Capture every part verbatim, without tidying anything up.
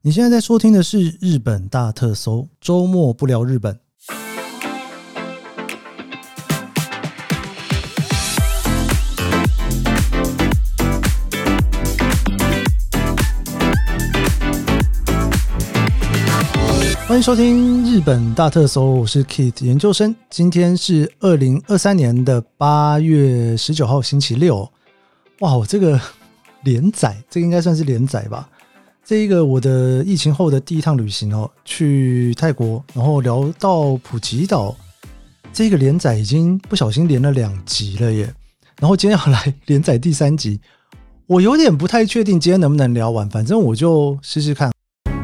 你现在在收听的是日本大特搜，周末不聊日本。欢迎收听日本大特搜，我是 Kit 研究生。今天是二零二三年的八月十九号星期六。哇，我这个连载，这个应该算是连载吧。这一个我的疫情后的第一趟旅行哦，去泰国，然后聊到普吉岛，这个连载已经不小心连了两集了耶。然后今天要来连载第三集，我有点不太确定今天能不能聊完，反正我就试试看。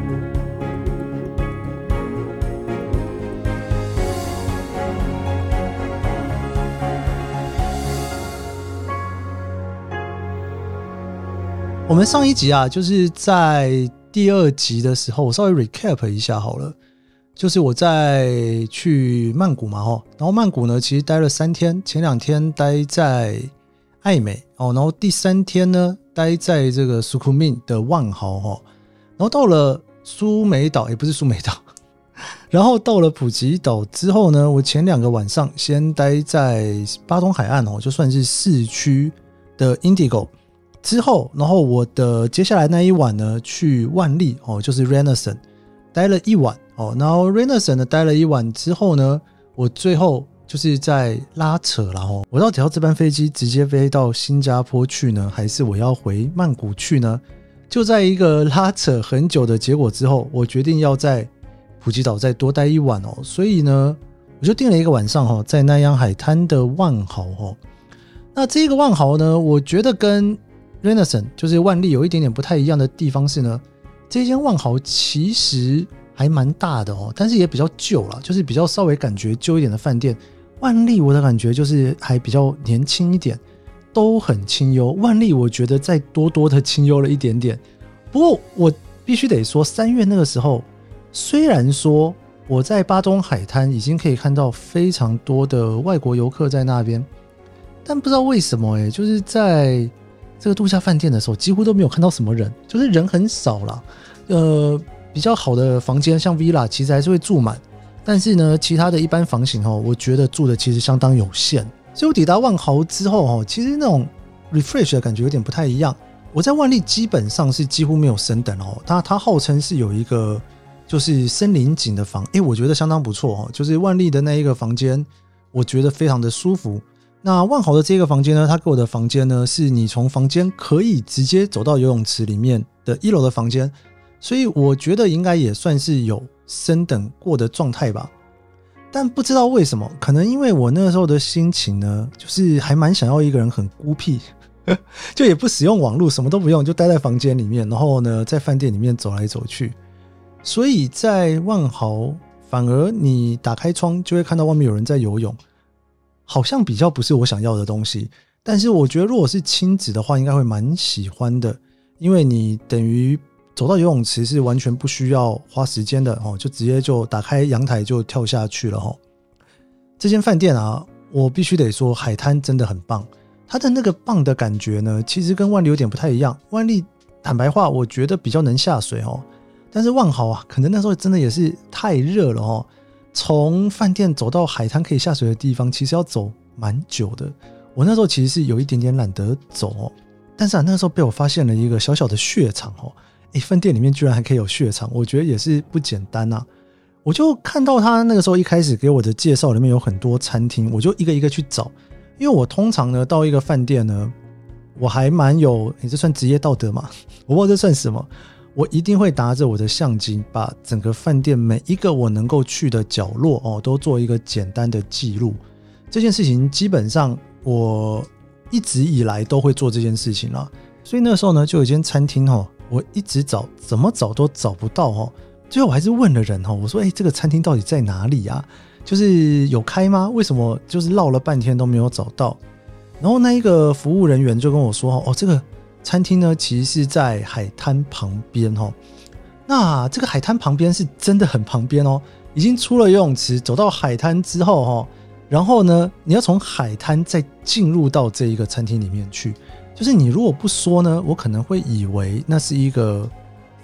我们上一集啊，就是在第二集的时候，我稍微 recap 一下好了。就是我在去曼谷嘛，然后曼谷呢，其实待了三天，前两天待在爱美，然后第三天呢，待在这个苏库敏的万豪，然后到了苏梅岛，也不是苏梅岛，然后到了普吉岛之后呢，我前两个晚上先待在巴东海岸，就算是市区的 Indigo。之后，然后我的接下来那一晚呢，去万丽哦，就是 Renaissance 待了一晚哦，然后 Renaissance 呢待了一晚之后呢，我最后就是在拉扯啦哦，我到底要这班飞机直接飞到新加坡去呢，还是我要回曼谷去呢？就在一个拉扯很久的结果之后，我决定要在普吉岛再多待一晚哦，所以呢，我就订了一个晚上哦，在南洋海滩的万豪哦。那这个万豪呢，我觉得跟Renaissance 就是万丽有一点点不太一样的地方是呢，这间万豪其实还蛮大的哦，但是也比较旧啦，就是比较稍微感觉旧一点的饭店。万丽我的感觉就是还比较年轻一点，都很清幽。万丽我觉得再多多的清幽了一点点。不过我必须得说，三月那个时候，虽然说我在巴东海滩已经可以看到非常多的外国游客在那边，但不知道为什么欸，就是在这个度假饭店的时候几乎都没有看到什么人，就是人很少啦。呃，比较好的房间像 Villa 其实还是会住满，但是呢，其他的一般房型哦，我觉得住的其实相当有限。所以我抵达万豪之后哦，其实那种 refresh 的感觉有点不太一样。我在万丽基本上是几乎没有升等哦，它它号称是有一个就是森林景的房，诶，我觉得相当不错哦，就是万丽的那一个房间，我觉得非常的舒服。那万豪的这个房间呢，他给我的房间呢，是你从房间可以直接走到游泳池里面的一楼的房间，所以我觉得应该也算是有升等过的状态吧。但不知道为什么，可能因为我那时候的心情呢，就是还蛮想要一个人很孤僻，就也不使用网络，什么都不用，就待在房间里面，然后呢，在饭店里面走来走去。所以在万豪，反而你打开窗就会看到外面有人在游泳。好像比较不是我想要的东西，但是我觉得如果是亲子的话应该会蛮喜欢的，因为你等于走到游泳池是完全不需要花时间的，就直接就打开阳台就跳下去了。这间饭店啊，我必须得说海滩真的很棒，它的那个棒的感觉呢，其实跟万丽有点不太一样。万丽坦白话我觉得比较能下水，但是万豪啊，可能那时候真的也是太热了，从饭店走到海滩可以下水的地方其实要走蛮久的，我那时候其实是有一点点懒得走哦。但是啊，那个时候被我发现了一个小小的血场哦，诶，饭店里面居然还可以有血场，我觉得也是不简单啊。我就看到他那个时候一开始给我的介绍里面有很多餐厅，我就一个一个去找，因为我通常呢到一个饭店呢，我还蛮有，诶，这算职业道德吗？我不知道这算什么。我一定会拿着我的相机，把整个饭店每一个我能够去的角落哦，都做一个简单的记录。这件事情基本上我一直以来都会做这件事情啦。所以那个时候呢，就有一间餐厅哦，我一直找，怎么找都找不到哦。最后我还是问了人哦，我说：“哎，这个餐厅到底在哪里啊？就是有开吗？为什么就是绕了半天都没有找到？”然后那一个服务人员就跟我说：“哦，这个餐厅呢，其实是在海滩旁边哦。那这个海滩旁边是真的很旁边哦，已经出了游泳池，走到海滩之后哦，然后呢，你要从海滩再进入到这一个餐厅里面去。就是你如果不说呢，我可能会以为那是一个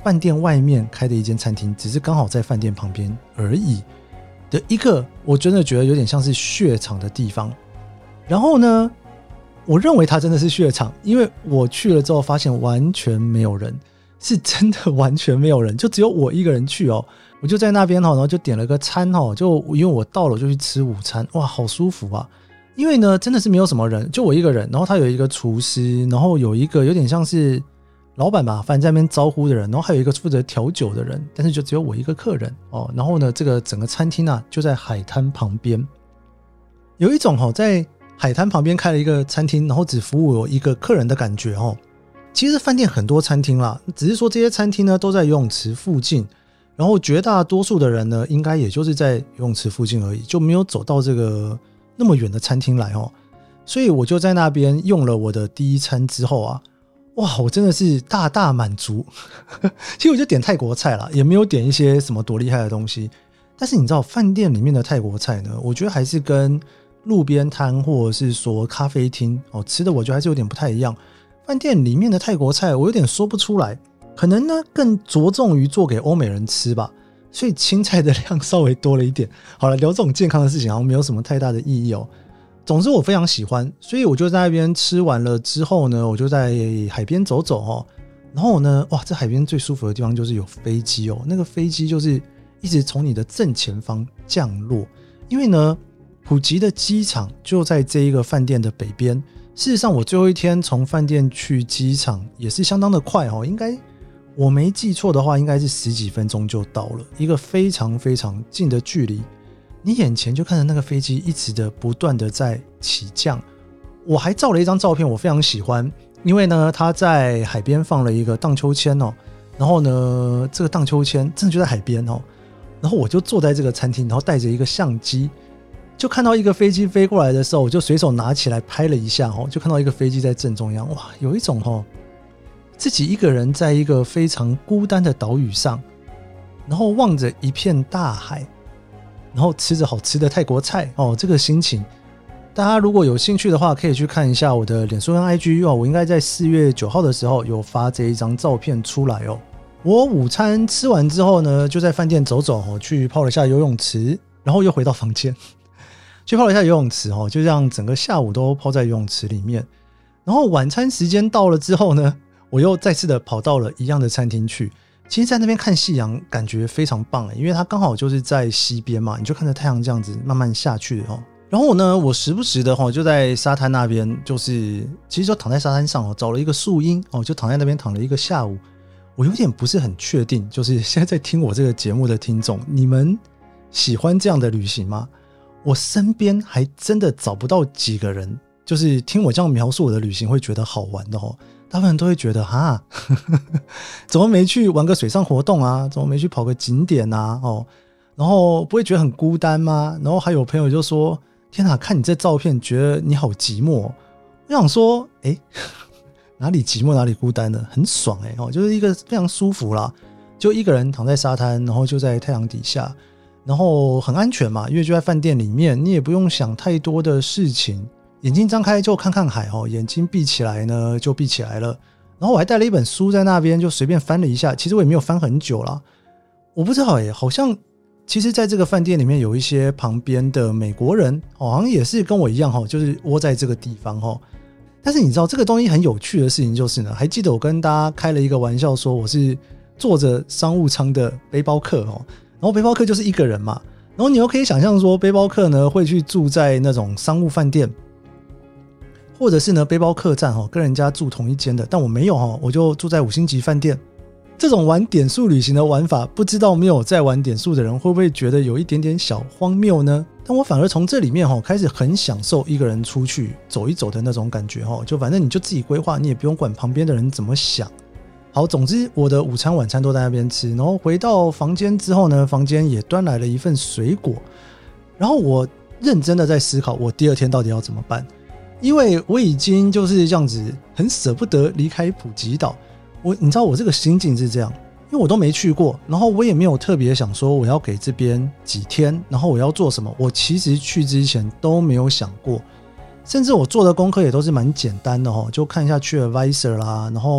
饭店外面开的一间餐厅，只是刚好在饭店旁边而已的一个，我真的觉得有点像是血场的地方。然后呢，我认为它真的是血场，因为我去了之后发现完全没有人，是真的完全没有人，就只有我一个人去哦。我就在那边，然后就点了个餐，就因为我到了我就去吃午餐，哇，好舒服啊！因为呢真的是没有什么人，就我一个人，然后他有一个厨师，然后有一个有点像是老板吧，反正在那边招呼的人，然后还有一个负责调酒的人，但是就只有我一个客人哦。然后呢，这个整个餐厅啊就在海滩旁边，有一种在海滩旁边开了一个餐厅，然后只服务我一个客人的感觉哦。其实饭店很多餐厅啦，只是说这些餐厅呢都在游泳池附近。然后绝大多数的人呢，应该也就是在游泳池附近而已，就没有走到这个那么远的餐厅来哦。所以我就在那边用了我的第一餐之后啊，哇，我真的是大大满足。其实我就点泰国菜啦，也没有点一些什么多厉害的东西。但是你知道，饭店里面的泰国菜呢，我觉得还是跟路边摊或者是说咖啡厅哦吃的，我觉得还是有点不太一样。饭店里面的泰国菜，我有点说不出来。可能呢更着重于做给欧美人吃吧，所以青菜的量稍微多了一点。好了，聊这种健康的事情好像没有什么太大的意义哦。总之我非常喜欢，所以我就在那边吃完了之后呢，我就在海边走走哦。然后呢，哇，这海边最舒服的地方就是有飞机哦，那个飞机就是一直从你的正前方降落。因为呢，普吉的机场就在这一个饭店的北边。事实上，我最后一天从饭店去机场也是相当的快哦，应该。我没记错的话，应该是十几分钟就到了，一个非常非常近的距离，你眼前就看着那个飞机一直的不断的在起降。我还照了一张照片，我非常喜欢，因为呢他在海边放了一个荡秋千哦，然后呢这个荡秋千真的就在海边哦，然后我就坐在这个餐厅，然后带着一个相机，就看到一个飞机飞过来的时候，我就随手拿起来拍了一下哦，就看到一个飞机在正中央，哇，有一种哦自己一个人在一个非常孤单的岛屿上，然后望着一片大海，然后吃着好吃的泰国菜哦，这个心情大家如果有兴趣的话可以去看一下我的脸书跟 I G 哦，我应该在四月九号的时候有发这一张照片出来哦。我午餐吃完之后呢，就在饭店走走哦，去泡了一下游泳池，然后又回到房间去泡了一下游泳池哦，就这样整个下午都泡在游泳池里面。然后晚餐时间到了之后呢，我又再次的跑到了一样的餐厅去。其实在那边看夕阳感觉非常棒，因为它刚好就是在西边嘛，你就看着太阳这样子慢慢下去哦。然后呢，我时不时的就在沙滩那边，就是其实就躺在沙滩上找了一个树荫，就躺在那边躺了一个下午。我有点不是很确定，就是现在在听我这个节目的听众，你们喜欢这样的旅行吗？我身边还真的找不到几个人就是听我这样描述我的旅行会觉得好玩的哦。大部分人都会觉得哈怎么没去玩个水上活动啊，怎么没去跑个景点啊哦，然后不会觉得很孤单吗？然后还有朋友就说天哪，看你这照片觉得你好寂寞哦。我想说诶哪里寂寞哪里孤单呢，很爽诶、哦、就是一个非常舒服啦，就一个人躺在沙滩，然后就在太阳底下，然后很安全嘛，因为就在饭店里面，你也不用想太多的事情，眼睛张开就看看海哦，眼睛闭起来呢就闭起来了。然后我还带了一本书在那边，就随便翻了一下，其实我也没有翻很久啦。我不知道耶，好像其实在这个饭店里面有一些旁边的美国人好像也是跟我一样就是窝在这个地方。但是你知道这个东西很有趣的事情就是呢，还记得我跟大家开了一个玩笑说我是坐着商务舱的背包客，然后背包客就是一个人嘛，然后你又可以想象说背包客呢会去住在那种商务饭店，或者是呢背包客栈跟人家住同一间的，但我没有，我就住在五星级饭店。这种玩点数旅行的玩法，不知道没有在玩点数的人会不会觉得有一点点小荒谬呢？但我反而从这里面开始很享受一个人出去走一走的那种感觉，就反正你就自己规划，你也不用管旁边的人怎么想。好，总之我的午餐晚餐都在那边吃，然后回到房间之后呢，房间也端来了一份水果，然后我认真的在思考我第二天到底要怎么办。因为我已经就是这样子很舍不得离开普吉岛，我你知道我这个心境是这样，因为我都没去过，然后我也没有特别想说我要给这边几天，然后我要做什么，我其实去之前都没有想过，甚至我做的功课也都是蛮简单的，就看一下TripAdvisor啦，然后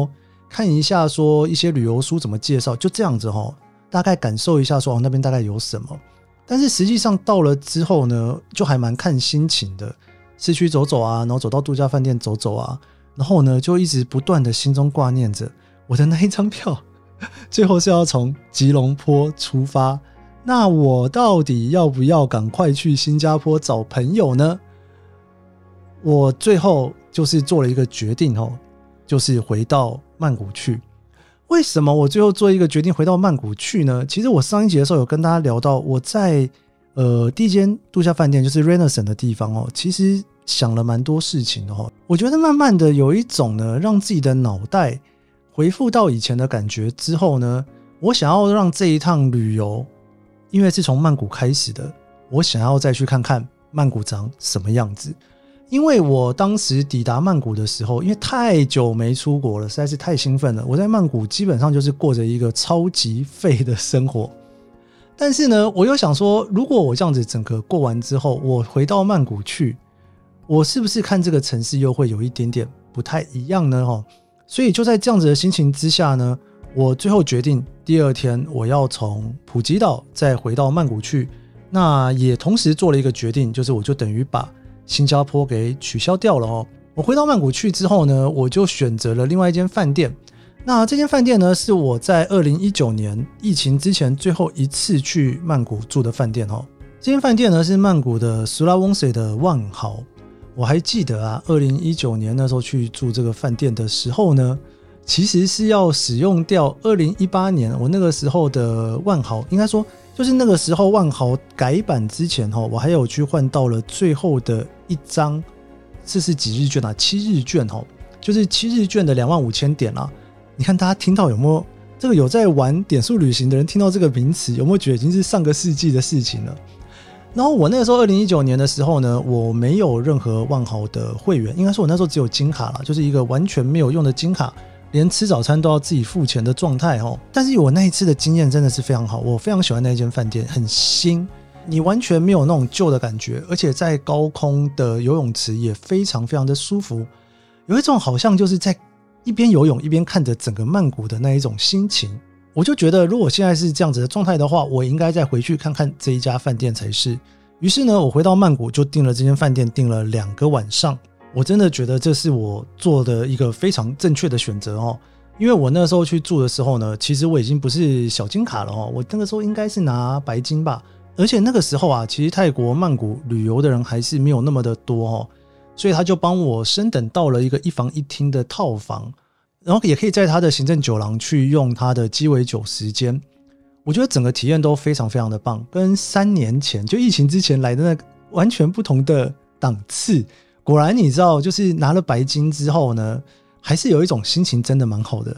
看一下说一些旅游书怎么介绍，就这样子齁，大概感受一下说哦那边大概有什么。但是实际上到了之后呢，就还蛮看心情的，市区走走啊，然后走到度假饭店走走啊，然后呢就一直不断的心中挂念着我的那一张票最后是要从吉隆坡出发，那我到底要不要赶快去新加坡找朋友呢？我最后就是做了一个决定齁，就是回到曼谷去。为什么我最后做一个决定回到曼谷去呢？其实我上一集的时候有跟大家聊到，我在呃第一间度假饭店就是 Renaissance 的地方哦，其实想了蛮多事情的哦。我觉得慢慢的有一种呢，让自己的脑袋回复到以前的感觉之后呢，我想要让这一趟旅游，因为是从曼谷开始的，我想要再去看看曼谷长什么样子。因为我当时抵达曼谷的时候，因为太久没出国了，实在是太兴奋了，我在曼谷基本上就是过着一个超级废的生活。但是呢，我又想说，如果我这样子整个过完之后，我回到曼谷去，我是不是看这个城市又会有一点点不太一样呢？所以就在这样子的心情之下呢，我最后决定第二天我要从普吉岛再回到曼谷去。那也同时做了一个决定，就是我就等于把新加坡给取消掉了哦。我回到曼谷去之后呢，我就选择了另外一间饭店。那这间饭店呢，是我在二零一九年疫情之前最后一次去曼谷住的饭店哦。这间饭店呢是曼谷的苏拉翁塞的万豪。我还记得啊，二零一九年那时候去住这个饭店的时候呢，其实是要使用掉二零一八年我那个时候的万豪，应该说就是那个时候万豪改版之前我还有去换到了最后的一张，这是几日券啊？七日券，就是七日券的两万五千点啊。你看大家听到有没有这个有在玩点数旅行的人听到这个名词，有没有觉得已经是上个世纪的事情了？然后我那个时候二零一九年的时候呢，我没有任何万豪的会员，应该说我那时候只有金卡啦，就是一个完全没有用的金卡，连吃早餐都要自己付钱的状态哦。但是我那一次的经验真的是非常好，我非常喜欢那间饭店，很新，你完全没有那种旧的感觉，而且在高空的游泳池也非常非常的舒服，有一种好像就是在一边游泳一边看着整个曼谷的那一种心情。我就觉得如果现在是这样子的状态的话，我应该再回去看看这一家饭店才是。于是呢，我回到曼谷就订了这间饭店，订了两个晚上。我真的觉得这是我做的一个非常正确的选择哦。因为我那时候去住的时候呢，其实我已经不是小金卡了哦，我那个时候应该是拿白金吧。而且那个时候啊，其实泰国曼谷旅游的人还是没有那么的多哦，所以他就帮我升等到了一个一房一厅的套房，然后也可以在他的行政酒廊去用他的鸡尾酒时间。我觉得整个体验都非常非常的棒，跟三年前就疫情之前来的那完全不同的档次。果然你知道，就是拿了白金之后呢，还是有一种心情真的蛮好的，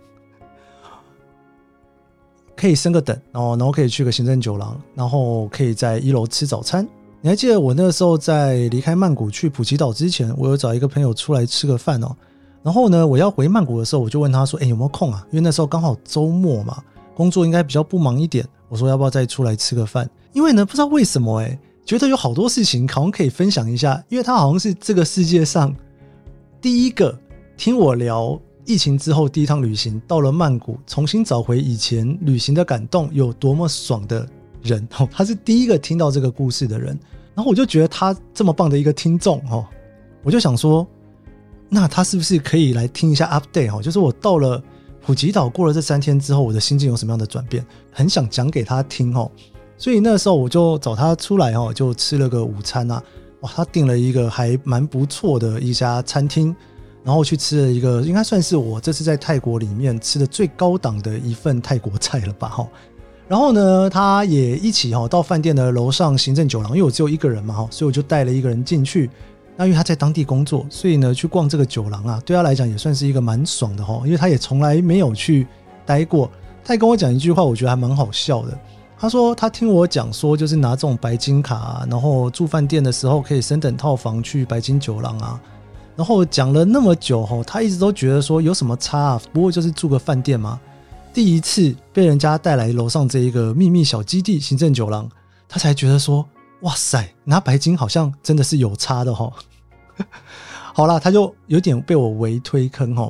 可以升个等，然后然后可以去个行政酒廊，然后可以在一楼吃早餐。你还记得我那个时候在离开曼谷去普吉岛之前，我有找一个朋友出来吃个饭哦。然后呢，我要回曼谷的时候，我就问他说：“哎，有没有空啊？”因为那时候刚好周末嘛，工作应该比较不忙一点。我说要不要再出来吃个饭？因为呢，不知道为什么哎，觉得有好多事情好像可以分享一下。因为他好像是这个世界上第一个听我聊疫情之后第一趟旅行，到了曼谷重新找回以前旅行的感动有多么爽的人哦，他是第一个听到这个故事的人。然后我就觉得他这么棒的一个听众哦，我就想说，那他是不是可以来听一下 update 哦？就是我到了普吉岛过了这三天之后，我的心境有什么样的转变，很想讲给他听哦。所以那时候我就找他出来哦，就吃了个午餐啊。哇，他订了一个还蛮不错的一家餐厅，然后去吃了一个应该算是我这次在泰国里面吃的最高档的一份泰国菜了吧。然后呢，他也一起到饭店的楼上行政酒廊，因为我只有一个人嘛，所以我就带了一个人进去。那因为他在当地工作，所以呢去逛这个酒廊啊，对他来讲也算是一个蛮爽的，因为他也从来没有去待过。他也跟我讲一句话，我觉得还蛮好笑的。他说他听我讲说，就是拿这种白金卡啊，然后住饭店的时候可以升等套房去白金酒廊啊，然后讲了那么久，他一直都觉得说有什么差啊，不过就是住个饭店嘛。第一次被人家带来楼上这一个秘密小基地行政酒廊，他才觉得说哇塞，拿白金好像真的是有差的齁。好啦，他就有点被我微推坑齁。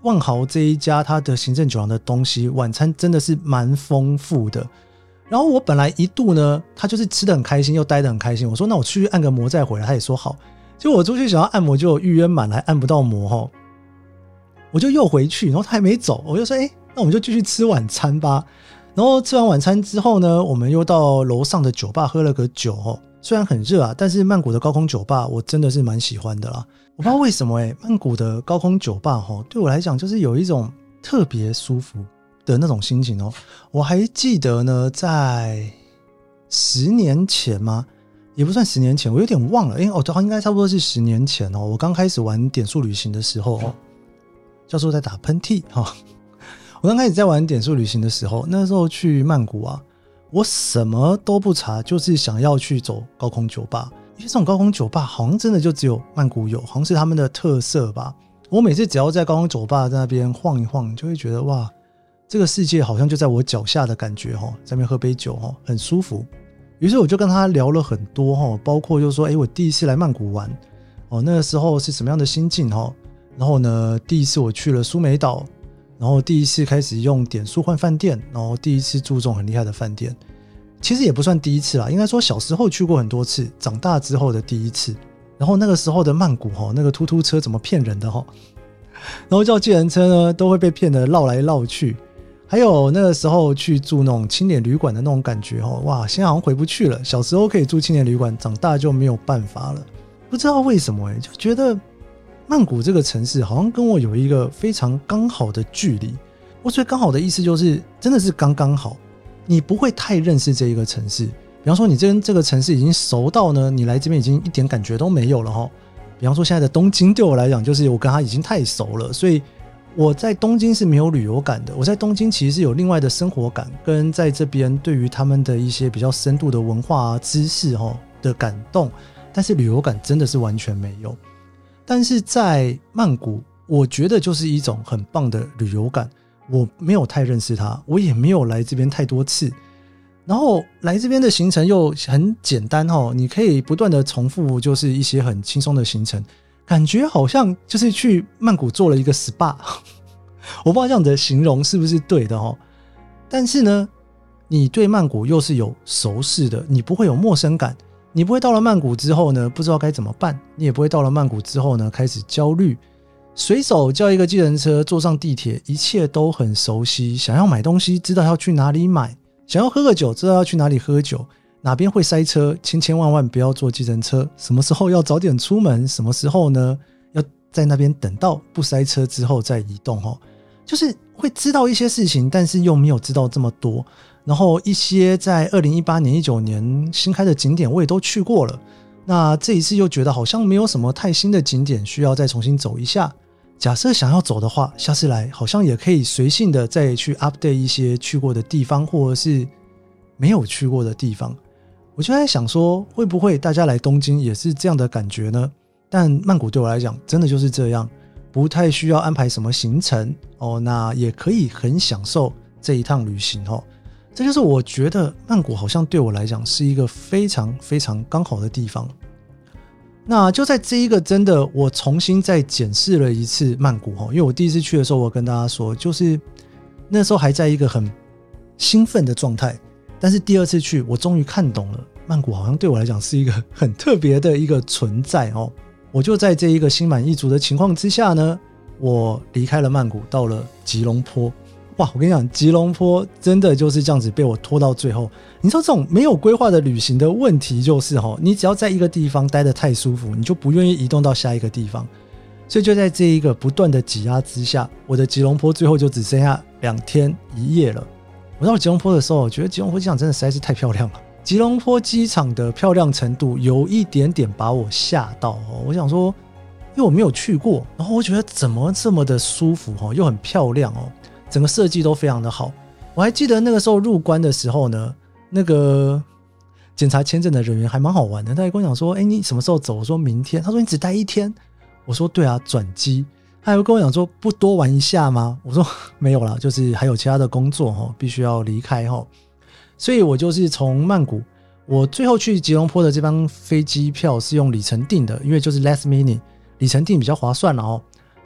万豪这一家它的行政酒廊的东西晚餐真的是蛮丰富的。然后我本来一度呢，他就是吃得很开心又待得很开心，我说那我去按个摩再回来，他也说好。结果我出去想要按摩就预约满了，还按不到摩齁，我就又回去，然后他还没走，我就说哎，那我们就继续吃晚餐吧。然后吃完晚餐之后呢，我们又到楼上的酒吧喝了个酒齁，虽然很热啊，但是曼谷的高空酒吧我真的是蛮喜欢的啦。我不知道为什么欸，曼谷的高空酒吧齁，对我来讲就是有一种特别舒服的那种心情哦。我还记得呢，在十年前吗？也不算十年前，我有点忘了，因为哦，应该差不多是十年前哦。我刚开始玩点数旅行的时候，教授在打喷嚏哈、哦。我刚开始在玩点数旅行的时候，那时候去曼谷啊，我什么都不查，就是想要去走高空酒吧，因为这种高空酒吧好像真的就只有曼谷有，好像是他们的特色吧。我每次只要在高空酒吧在那边晃一晃，就会觉得哇，这个世界好像就在我脚下的感觉齁，在那边喝杯酒齁，很舒服。于是我就跟他聊了很多齁，包括就说诶我第一次来曼谷玩哦，那个时候是什么样的心境齁，然后呢第一次我去了苏梅岛，然后第一次开始用点数换饭店，然后第一次住这种很厉害的饭店。其实也不算第一次啦，应该说小时候去过很多次，长大之后的第一次。然后那个时候的曼谷齁，那个突突车怎么骗人的齁，然后叫计程车呢都会被骗得绕来绕去。还有那个时候去住那种青年旅馆的那种感觉齁，哇，现在好像回不去了。小时候可以住青年旅馆，长大就没有办法了。不知道为什么欸，就觉得曼谷这个城市好像跟我有一个非常刚好的距离。我所以刚好的意思就是真的是刚刚好，你不会太认识这一个城市。比方说你跟这个城市已经熟到呢，你来这边已经一点感觉都没有了齁。比方说现在的东京对我来讲，就是我跟他已经太熟了，所以我在东京是没有旅游感的。我在东京其实是有另外的生活感，跟在这边对于他们的一些比较深度的文化啊知识齁的感动，但是旅游感真的是完全没有。但是在曼谷我觉得就是一种很棒的旅游感，我没有太认识它，我也没有来这边太多次，然后来这边的行程又很简单齁，你可以不断的重复就是一些很轻松的行程，感觉好像就是去曼谷做了一个 S P A 我不知道这样的形容是不是对的齁。但是呢你对曼谷又是有熟识的，你不会有陌生感，你不会到了曼谷之后呢不知道该怎么办，你也不会到了曼谷之后呢开始焦虑，随手叫一个计程车坐上地铁，一切都很熟悉，想要买东西知道要去哪里买，想要喝个酒知道要去哪里喝酒，哪边会塞车千千万万不要坐计程车，什么时候要早点出门，什么时候呢要在那边等到不塞车之后再移动齁，就是会知道一些事情，但是又没有知道这么多。然后一些在二零一八年一九年新开的景点我也都去过了，那这一次又觉得好像没有什么太新的景点需要再重新走一下。假设想要走的话，下次来好像也可以随性的再去 update 一些去过的地方，或者是没有去过的地方。我就在想说会不会大家来东京也是这样的感觉呢？但曼谷对我来讲真的就是这样，不太需要安排什么行程哦，那也可以很享受这一趟旅行哦。这就是我觉得曼谷好像对我来讲是一个非常非常刚好的地方。那就在这一个真的我重新再检视了一次曼谷，因为我第一次去的时候我跟大家说就是那时候还在一个很兴奋的状态，但是第二次去我终于看懂了曼谷好像对我来讲是一个很特别的一个存在哦。我就在这一个心满意足的情况之下呢，我离开了曼谷到了吉隆坡。哇，我跟你讲，吉隆坡真的就是这样子被我拖到最后。你知道这种没有规划的旅行的问题就是你只要在一个地方待得太舒服，你就不愿意移动到下一个地方。所以就在这一个不断的挤压之下，我的吉隆坡最后就只剩下两天一夜了。我到吉隆坡的时候，我觉得吉隆坡机场真的实在是太漂亮了。吉隆坡机场的漂亮程度有一点点把我吓到哦。我想说，因为我没有去过，然后我觉得怎么这么的舒服哦，又很漂亮哦。整个设计都非常的好。我还记得那个时候入关的时候呢，那个检查签证的人员还蛮好玩的，他还跟我讲说诶你什么时候走，我说明天，他说你只待一天，我说对啊转机，他还会跟我讲说不多玩一下吗，我说没有啦，就是还有其他的工作必须要离开。所以我就是从曼谷，我最后去吉隆坡的这班飞机票是用里程订的，因为就是 last minute 里程订比较划算了哦。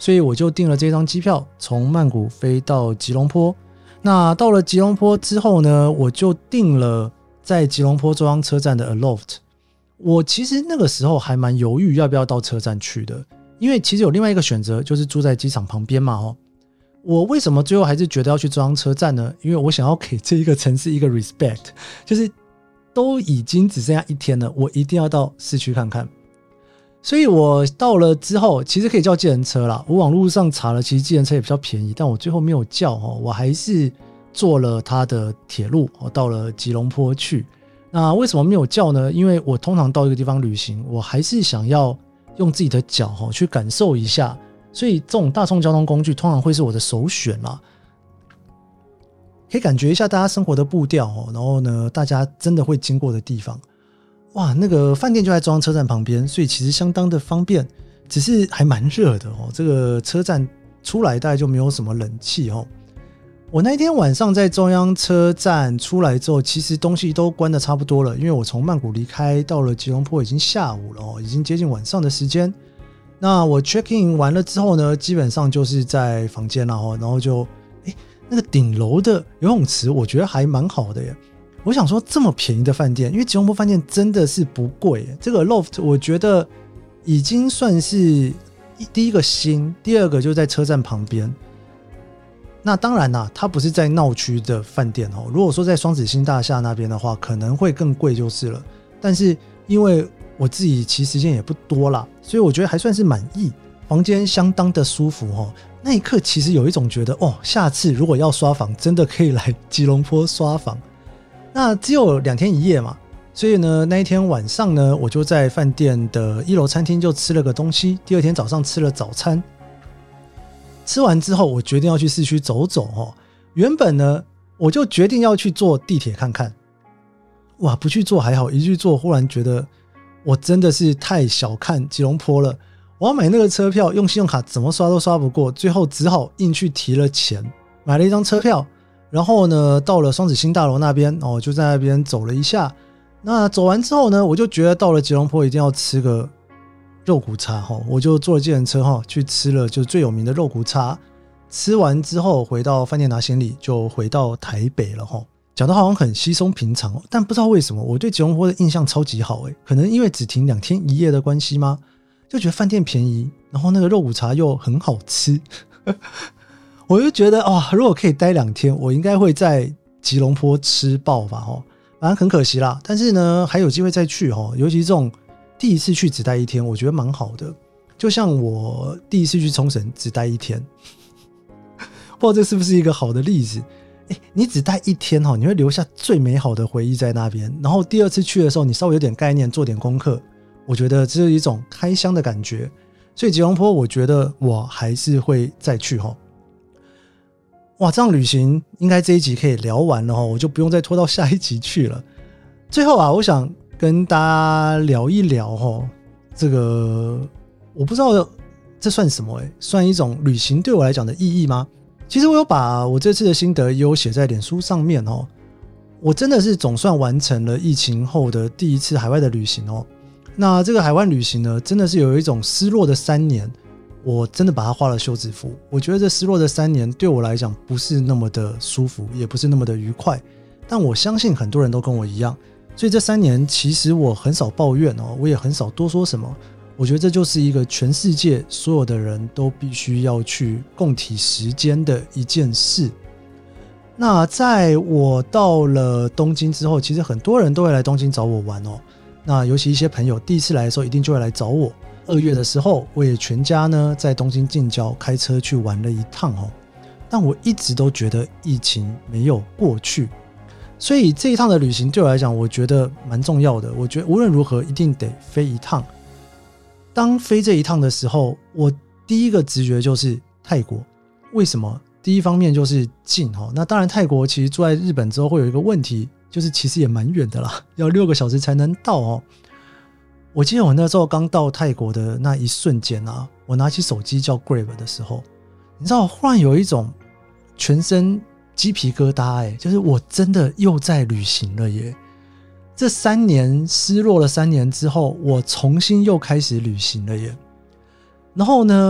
所以我就订了这张机票，从曼谷飞到吉隆坡。那到了吉隆坡之后呢，我就订了在吉隆坡中央车站的 Aloft。我其实那个时候还蛮犹豫要不要到车站去的，因为其实有另外一个选择，就是住在机场旁边嘛。哦，我为什么最后还是觉得要去中央车站呢？因为我想要给这一个城市一个 respect， 就是都已经只剩下一天了，我一定要到市区看看。所以我到了之后，其实可以叫计程车啦。我网络上查了，其实计程车也比较便宜，但我最后没有叫，我还是坐了它的铁路，到了吉隆坡去。那为什么没有叫呢？因为我通常到一个地方旅行，我还是想要用自己的脚去感受一下，所以这种大众交通工具通常会是我的首选啦。可以感觉一下大家生活的步调，然后呢，大家真的会经过的地方。哇，那个饭店就在中央车站旁边，所以其实相当的方便，只是还蛮热的哦。这个车站出来大概就没有什么冷气哦。我那天晚上在中央车站出来之后，其实东西都关得差不多了，因为我从曼谷离开到了吉隆坡已经下午了哦，已经接近晚上的时间。那我 check in 完了之后呢，基本上就是在房间了哦，然后就诶那个顶楼的游泳池我觉得还蛮好的耶。我想说这么便宜的饭店，因为吉隆坡饭店真的是不贵耶，这个 Loft 我觉得已经算是第一个新，第二个就在车站旁边。那当然啦，它不是在闹区的饭店哦。如果说在双子星大厦那边的话，可能会更贵就是了。但是因为我自己其实时间也不多啦，所以我觉得还算是满意，房间相当的舒服哦。那一刻其实有一种觉得哦，下次如果要刷房，真的可以来吉隆坡刷房。那只有两天一夜嘛，所以呢，那一天晚上呢，我就在饭店的一楼餐厅就吃了个东西。第二天早上吃了早餐，吃完之后，我决定要去市区走走哦。原本呢，我就决定要去坐地铁看看。哇，不去坐还好，一去坐，忽然觉得我真的是太小看吉隆坡了。我要买那个车票，用信用卡怎么刷都刷不过，最后只好硬去提了钱，买了一张车票。然后呢，到了双子星大楼那边哦，就在那边走了一下。那走完之后呢，我就觉得到了吉隆坡一定要吃个肉骨茶哈，我就坐了计程车哈，去吃了就最有名的肉骨茶。吃完之后回到饭店拿行李，就回到台北了哈。讲得好像很稀松平常，但不知道为什么我对吉隆坡的印象超级好诶，可能因为只停两天一夜的关系吗？就觉得饭店便宜，然后那个肉骨茶又很好吃。我就觉得哦，如果可以待两天，我应该会在吉隆坡吃爆吧哦。反正很可惜啦，但是呢，还有机会再去哦。尤其这种第一次去只待一天，我觉得蛮好的。就像我第一次去冲绳只待一天，不知道这是不是一个好的例子？哎，你只待一天哦，你会留下最美好的回忆在那边。然后第二次去的时候，你稍微有点概念，做点功课，我觉得这是一种开箱的感觉。所以吉隆坡，我觉得我还是会再去哦。哇，这样旅行应该这一集可以聊完了，我就不用再拖到下一集去了。最后啊，我想跟大家聊一聊这个，我不知道这算什么欸，算一种旅行对我来讲的意义吗？其实我有把我这次的心得也有写在脸书上面哦。我真的是总算完成了疫情后的第一次海外的旅行哦。那这个海外旅行呢，真的是有一种失落的三年，我真的把它画了休止符。我觉得这失落的三年对我来讲不是那么的舒服，也不是那么的愉快，但我相信很多人都跟我一样，所以这三年其实我很少抱怨哦，我也很少多说什么。我觉得这就是一个全世界所有的人都必须要去共体时间的一件事。那在我到了东京之后，其实很多人都会来东京找我玩哦。那尤其一些朋友第一次来的时候一定就会来找我。二月的时候，我也全家呢在东京近郊开车去玩了一趟哦。但我一直都觉得疫情没有过去，所以这一趟的旅行对我来讲，我觉得蛮重要的。我觉得无论如何一定得飞一趟。当飞这一趟的时候，我第一个直觉就是泰国。为什么？第一方面就是近哦。那当然泰国其实住在日本之后会有一个问题，就是其实也蛮远的啦，要六个小时才能到哦。我记得我那时候刚到泰国的那一瞬间啊，我拿起手机叫 Grab 的时候，你知道忽然有一种全身鸡皮疙瘩欸，就是我真的又在旅行了耶。这三年失落了三年之后，我重新又开始旅行了耶。然后呢，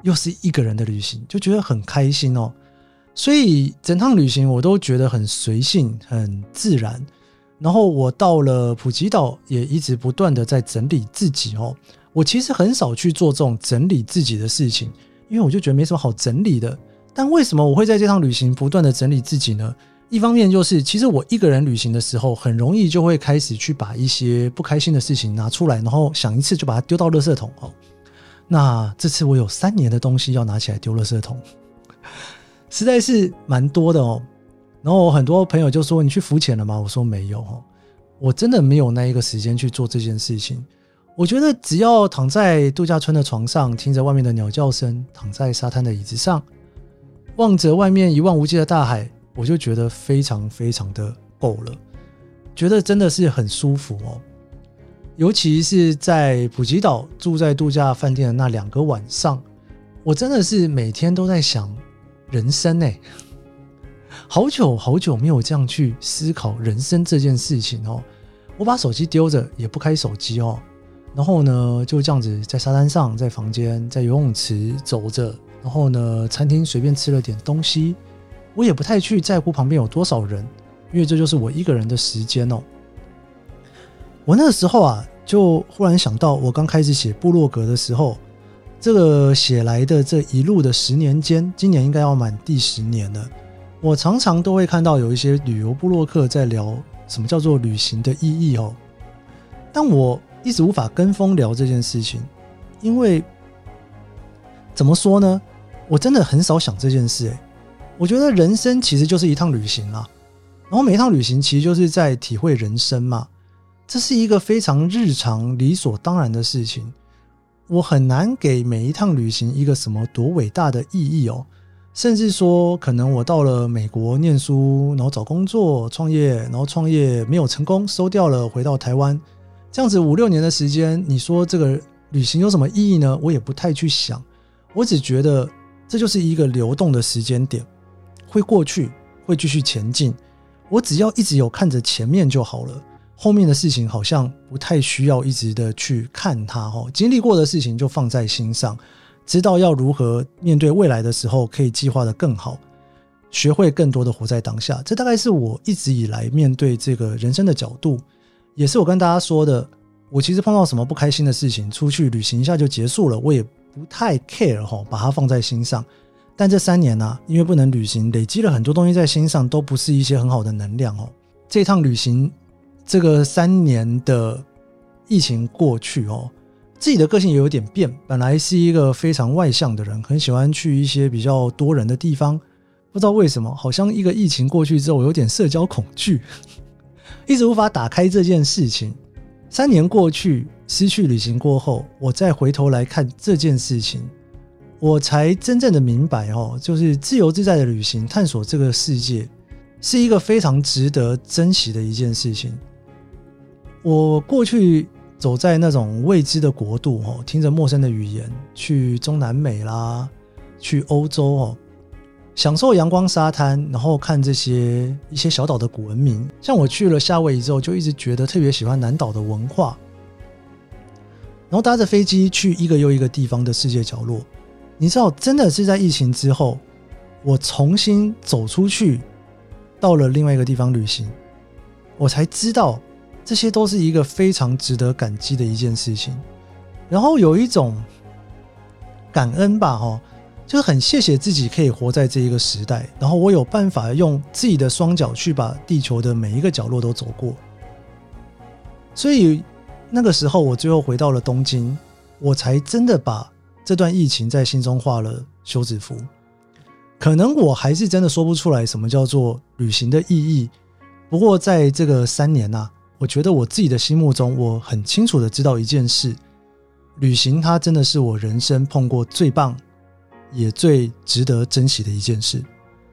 又是一个人的旅行，就觉得很开心哦。所以整趟旅行我都觉得很随性很自然，然后我到了普吉岛也一直不断的在整理自己哦。我其实很少去做这种整理自己的事情，因为我就觉得没什么好整理的。但为什么我会在这趟旅行不断的整理自己呢？一方面就是其实我一个人旅行的时候很容易就会开始去把一些不开心的事情拿出来，然后想一次就把它丢到垃圾桶哦。那这次我有三年的东西要拿起来丢垃圾桶，实在是蛮多的哦。然后很多朋友就说你去浮潜了吗？我说没有哦，我真的没有那一个时间去做这件事情。我觉得只要躺在度假村的床上，听着外面的鸟叫声，躺在沙滩的椅子上，望着外面一望无际的大海，我就觉得非常非常的够了，觉得真的是很舒服哦。尤其是在普吉岛住在度假饭店的那两个晚上，我真的是每天都在想人生耶，好久好久没有这样去思考人生这件事情哦。我把手机丢着也不开手机哦，然后呢就这样子在沙滩上，在房间，在游泳池走着，然后呢餐厅随便吃了点东西，我也不太去在乎旁边有多少人，因为这就是我一个人的时间哦。我那个时候啊就忽然想到我刚开始写部落格的时候，这个写来的这一路的十年间，今年应该要满第十年了，我常常都会看到有一些旅游部落客在聊什么叫做旅行的意义哦，但我一直无法跟风聊这件事情，因为怎么说呢，我真的很少想这件事耶。我觉得人生其实就是一趟旅行啦，然后每一趟旅行其实就是在体会人生嘛，这是一个非常日常理所当然的事情。我很难给每一趟旅行一个什么多伟大的意义哦，甚至说可能我到了美国念书，然后找工作创业，然后创业没有成功收掉了，回到台湾，这样子五六年的时间，你说这个旅行有什么意义呢？我也不太去想，我只觉得这就是一个流动的时间点，会过去，会继续前进，我只要一直有看着前面就好了，后面的事情好像不太需要一直的去看它哦，经历过的事情就放在心上，知道要如何面对未来的时候可以计划得更好，学会更多的活在当下。这大概是我一直以来面对这个人生的角度，也是我跟大家说的，我其实碰到什么不开心的事情，出去旅行一下就结束了，我也不太 care 哦，把它放在心上。但这三年啊，因为不能旅行，累积了很多东西在心上，都不是一些很好的能量哦。这趟旅行这个三年的疫情过去哦，自己的个性也有点变，本来是一个非常外向的人，很喜欢去一些比较多人的地方，不知道为什么好像一个疫情过去之后我有点社交恐惧，一直无法打开这件事情。三年过去，失去旅行过后，我再回头来看这件事情，我才真正的明白哦，就是自由自在的旅行，探索这个世界是一个非常值得珍惜的一件事情。我过去走在那种未知的国度哦，听着陌生的语言，去中南美啦，去欧洲哦，享受阳光沙滩，然后看这些一些小岛的古文明。像我去了夏威夷之后，就一直觉得特别喜欢南岛的文化，然后搭着飞机去一个又一个地方的世界角落。你知道，真的是在疫情之后，我重新走出去，到了另外一个地方旅行，我才知道这些都是一个非常值得感激的一件事情。然后有一种感恩吧哦，就是很谢谢自己可以活在这一个时代，然后我有办法用自己的双脚去把地球的每一个角落都走过。所以那个时候我最后回到了东京，我才真的把这段疫情在心中画了休止符。可能我还是真的说不出来什么叫做旅行的意义，不过在这个三年啊，我觉得我自己的心目中，我很清楚的知道一件事，旅行它真的是我人生碰过最棒也最值得珍惜的一件事。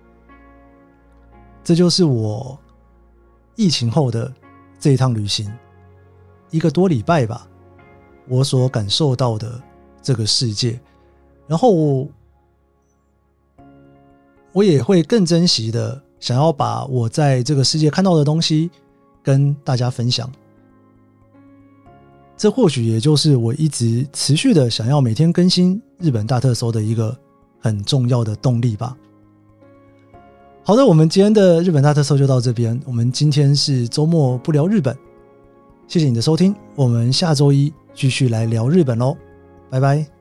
这就是我疫情后的这一趟旅行，一个多礼拜吧，我所感受到的这个世界。然后我我也会更珍惜的想要把我在这个世界看到的东西跟大家分享。 这或许也就是我一直持续的想要每天更新日本大特搜的一个很重要的动力吧。好的，我们今天的日本大特搜就到这边，我们今天是周末不聊日本，谢谢你的收听，我们下周一继续来聊日本咯，拜拜。